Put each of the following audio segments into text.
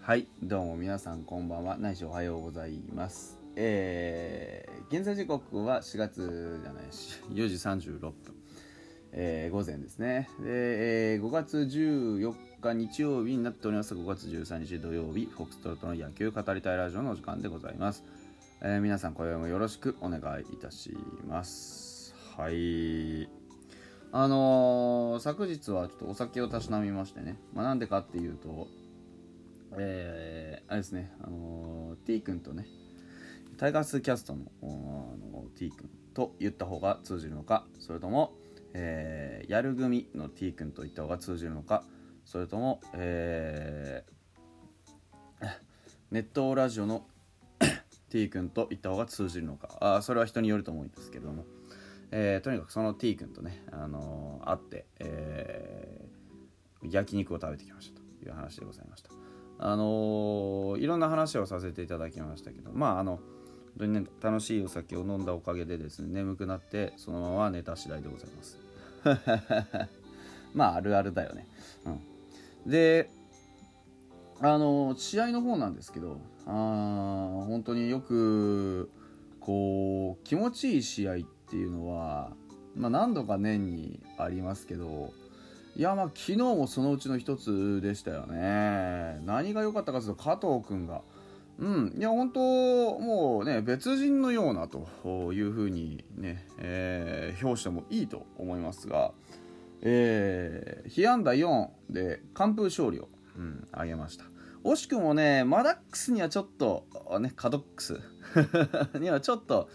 はい、どうも皆さんこんばんは、ないしおはようございます。現在時刻は4時36分、午前ですね。で、5月14日日曜日になっております。5月13日土曜日、フォックストロットの野球語りたいラジオのお時間でございます。皆さん今宵もよろしくお願いいたします。はい。昨日はちょっとお酒をたしなみましてね、なんでかっていうと、あれですね、T 君とね、タイガースキャストのT 君と言った方が通じるのか、それとも、やる組の T 君と言った方が通じるのか、それとも、ネットラジオのT 君と言った方が通じるのか、それは人によると思うんですけれども、とにかくその T 君とね、会って、焼肉を食べてきましたという話でございました。いろんな話をさせていただきましたけど、本当にね、楽しいお酒を飲んだおかげでですね、眠くなってそのまま寝た次第でございますあるあるだよね。で、試合の方なんですけど、本当によくこう気持ちいい試合っていうのは、何度か年にありますけど、いや昨日もそのうちの一つでしたよね。何が良かったかというと、加藤くんがいや本当もうね、別人のようなというふうにね、評してもいいと思いますが、被安打4で完封勝利を、挙げました。惜しくもね、マダックスにはちょっとね、カドックスにはちょっと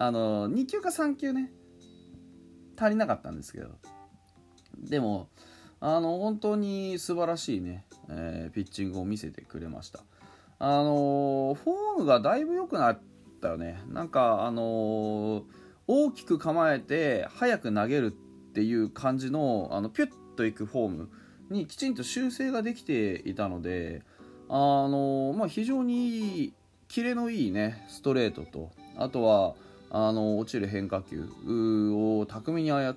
2球か3球ね足りなかったんですけど、でも本当に素晴らしいね、ピッチングを見せてくれました。フォームがだいぶ良くなったよね。なんか大きく構えて早く投げるっていう感じのピュッといくフォームにきちんと修正ができていたので、非常にキレのいいねストレートと、あとは落ちる変化球を巧みに操って、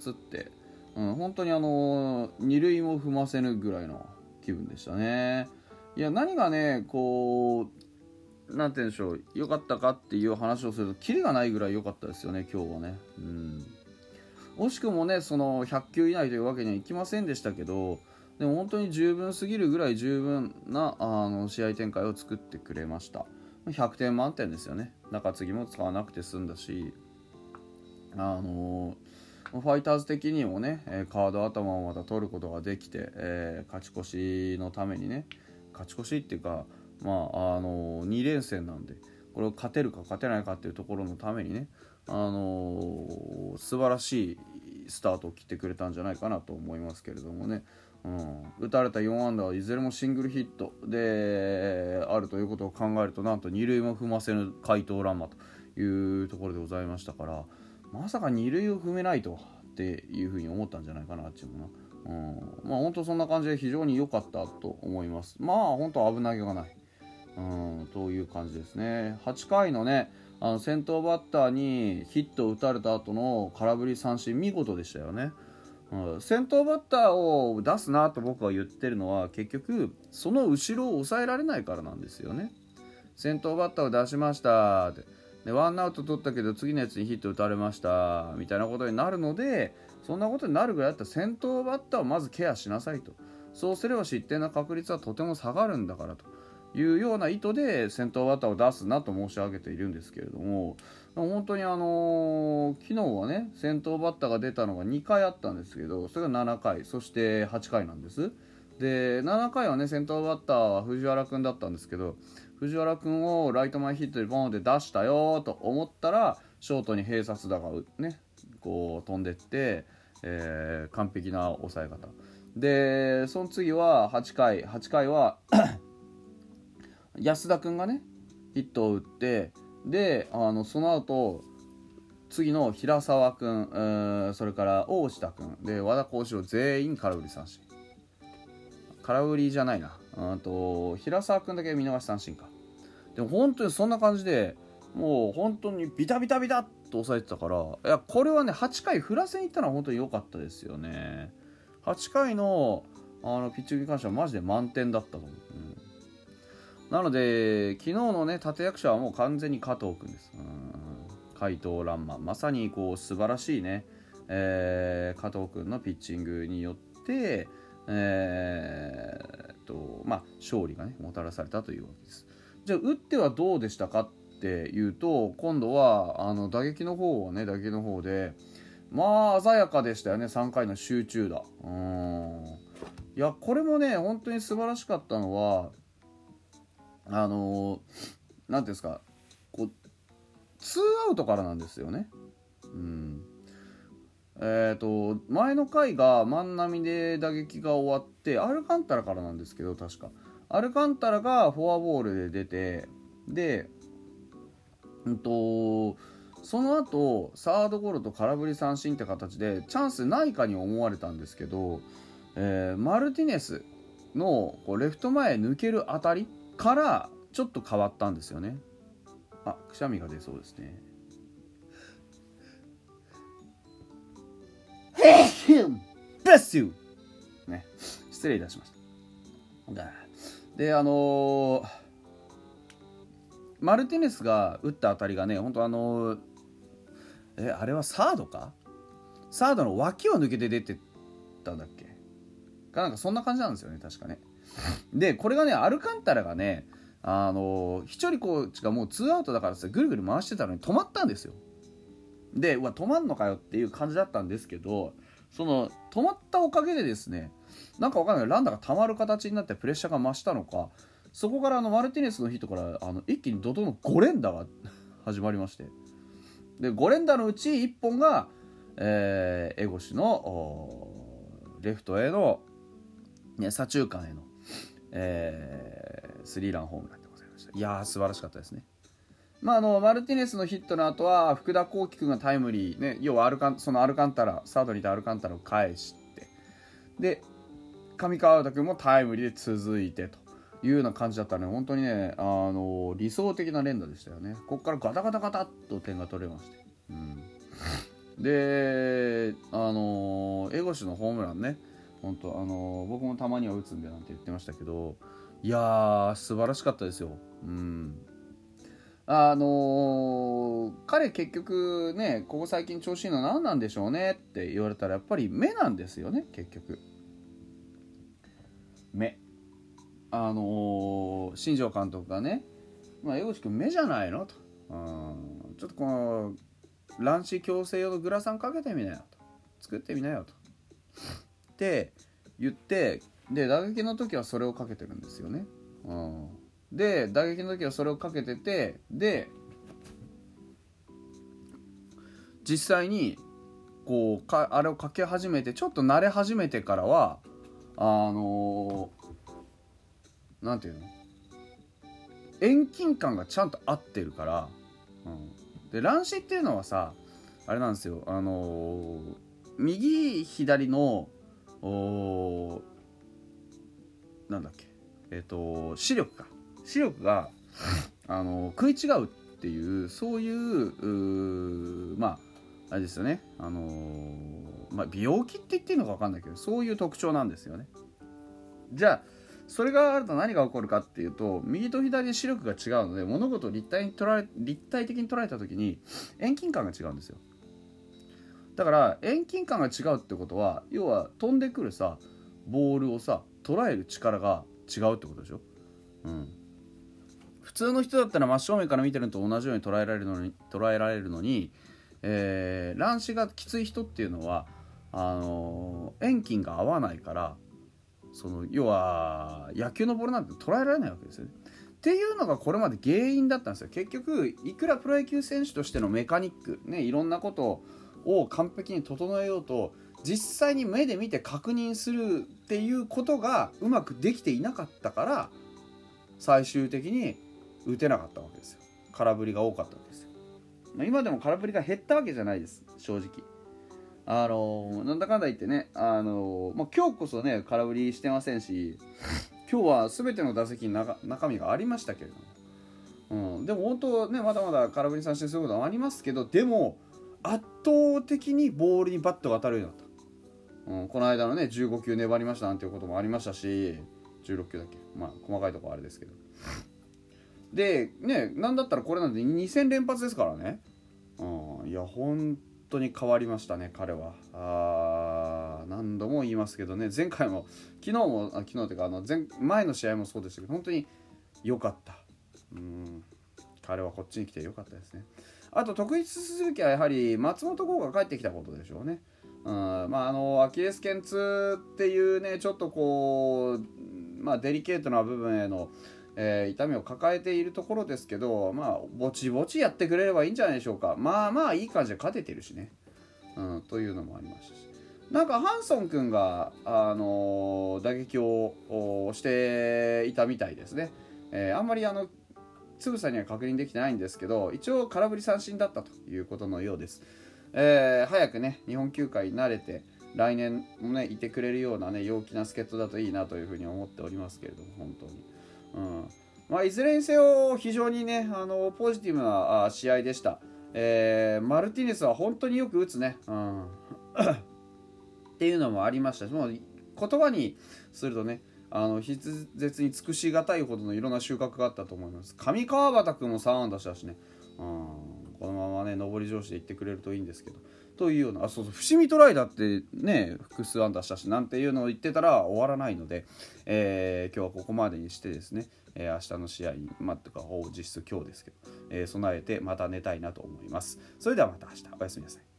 本当に二塁も踏ませぬぐらいの気分でしたね。いや、何がねこうなんて言うんでしょう、良かったかっていう話をするとキレがないぐらい良かったですよね、今日はね。惜しくもね、その100球以内というわけにはいきませんでしたけど、でも本当に十分すぎるぐらい十分な試合展開を作ってくれました。100点満点ですよね。中継ぎも使わなくて済んだし、ファイターズ的にもね、カード頭をまた取ることができて、勝ち越しのためにね、勝ち越しっていうか、2連戦なんで、これを勝てるか勝てないかっていうところのためにね、素晴らしいスタートを切ってくれたんじゃないかなと思いますけれどもね。打たれた4安打はいずれもシングルヒットであるということを考えると、なんと二塁も踏ませぬ快投乱魔というところでございましたから、まさか二塁を踏めないとっていうふうに思ったんじゃないかな、あっちもな。本当そんな感じで非常に良かったと思います。本当危なげがない、という感じですね。8回のね、先頭バッターにヒットを打たれた後の空振り三振、見事でしたよね。先頭バッターを出すなと僕は言ってるのは、結局その後ろを抑えられないからなんですよね。先頭バッターを出しましたってで、ワンアウト取ったけど次のやつにヒット打たれましたみたいなことになるので、そんなことになるぐらいだったら先頭バッターをまずケアしなさいと。そうすれば失点の確率はとても下がるんだからというような意図で先頭バッターを出すなと申し上げているんですけれども、本当に昨日はね、先頭バッターが出たのが2回あったんですけど、それが7回そして8回なんです。で、7回はね、先頭バッターは藤原君だったんですけど、藤原君をライト前ヒットでボンで出したよと思ったら、ショートに併殺打がねこう飛んでって、完璧な抑え方で、その次は8回は安田君がねヒットを打って、でその後次の平沢君、それから大下君で和田康士郎全員空振り三振、空振りじゃないな、平沢君だけ見逃し三振か。でも本当にそんな感じで、もう本当にビタビタビタっと抑えてたから、いやこれはね、8回振らせに行ったのは本当に良かったですよね。8回のピッチングに関してはマジで満点だったと思う。 なので昨日のね立役者はもう完全に加藤君です。快刀乱麻、まさにこう素晴らしいね、加藤君のピッチングによって、勝利がねもたらされたというわけです。じゃあ打ってはどうでしたかっていうと、今度は打撃の方でまあ鮮やかでしたよね。3回の集中打。いやこれもね本当に素晴らしかったのはなんていうんですか、こう2アウトからなんですよね。前の回が万波で打撃が終わってアルカンタラからなんですけど、確かアルカンタラがフォアボールで出て、でその後サードゴロと空振り三振って形でチャンスないかに思われたんですけど、マルティネスのこうレフト前抜けるあたりからちょっと変わったんですよね。くしゃみが出そうですね。Bless you! ね、失礼いたしました。でマルティネスが打ったあたりがね、本当あれはサードか？サードの脇を抜けて出てったんだっけ？なんかそんな感じなんですよね、確かね。で、これがね、アルカンタラがね、飛距離コーチがもう2アウトだからさ、ぐるぐる回してたのに止まったんですよ。で、止まんのかよっていう感じだったんですけど、その止まったおかげでですね、なんかわかんない、ランナーが溜まる形になってプレッシャーが増したのか、そこからマルティネスのヒットから一気に怒涛の5連打が始まりまして、で5連打のうち1本が、江越のレフトへの、左中間への、スリーランホームランでございました。いやー素晴らしかったですね。マルティネスのヒットの後は福田幸輝君がタイムリー、ね、要はそのアルカンタラ、サードにいたアルカンタラを返して、で上川畑君もタイムリーで続いてというような感じだったので、本当にね理想的な連打でしたよね。ここからガタガタガタっと点が取れまして、で江越のホームランね、本当僕もたまには打つんでなんて言ってましたけど、いやー素晴らしかったですよ。彼結局ね、ここ最近調子いいのは何なんでしょうねって言われたら、やっぱり目なんですよね。結局目、新庄監督がね、江越君目じゃないのと、ちょっとこの卵子矯正用のグラサンかけてみなよと、作ってみなよとって言って、で打撃の時はそれをかけてるんですよね。で打撃の時はそれをかけてて、で実際にこうあれをかけ始めてちょっと慣れ始めてからはなんていうの、遠近感がちゃんと合ってるから、で乱視っていうのはさ、あれなんですよ、右左のなんだっけ、視力が食い違うっていう、そういうあれですよね。病気って言っていいのか分かんないけど、そういう特徴なんですよね。じゃあそれがあると何が起こるかっていうと、右と左で視力が違うので、物事を立体的に捉えた時に遠近感が違うんですよ。だから遠近感が違うってことは、要は飛んでくるさボールをさ捉える力が違うってことでしょ。普通の人だったら真正面から見てるのと同じように捉えられるのに、乱視がきつい人っていうのは遠近が合わないから、その要は野球のボールなんて捉えられないわけですよね。っていうのがこれまで原因だったんですよ。結局いくらプロ野球選手としてのメカニックね、いろんなことを完璧に整えようと、実際に目で見て確認するっていうことがうまくできていなかったから、最終的に打てなかったわけですよ。空振りが多かったわけですよ。今でも空振りが減ったわけじゃないです、正直。なんだかんだ言ってね、今日こそね空振りしてませんし、今日は全ての打席に中身がありましたけれども、でも本当ね、まだまだ空振り三振することはありますけど、でも圧倒的にボールにバットが当たるようになった。この間のね15球粘りましたなんていうこともありましたし、16球だっけ、細かいところあれですけど、 でね、なんだったらこれなんで2戦連発ですからね。いや本当に変わりましたね彼は。何度も言いますけどね、前回も昨日というか前の試合もそうでしたけど、本当に良かった。彼はこっちに来て良かったですね。あと特筆すべきはやはり松本剛が帰ってきたことでしょうね。アキレス腱痛っていうね、ちょっとこう、デリケートな部分への、痛みを抱えているところですけど、ぼちぼちやってくれればいいんじゃないでしょうか。いい感じで勝ててるしね、というのもありましたし、なんかハンソン君が、打撃をしていたみたいですね。あんまりつぶさには確認できてないんですけど、一応空振り三振だったということのようです。早くね日本球界に慣れて来年もねいてくれるようなね陽気な助っ人だといいなというふうに思っておりますけれども、本当に、いずれにせよ非常にねポジティブな試合でした。マルティネスは本当によく打つね、っていうのもありましたし、もう言葉にするとね筆舌に尽くしがたいほどのいろんな収穫があったと思います。上川畑君も3安打したしね、このままね上り調子でいってくれるといいんですけど、というような、そう伏見トライだってね複数安打したしなんていうのを言ってたら終わらないので、今日はここまでにしてですね、明日の試合にとか実質今日ですけど、備えてまた寝たいなと思います。それではまた明日おやすみなさい。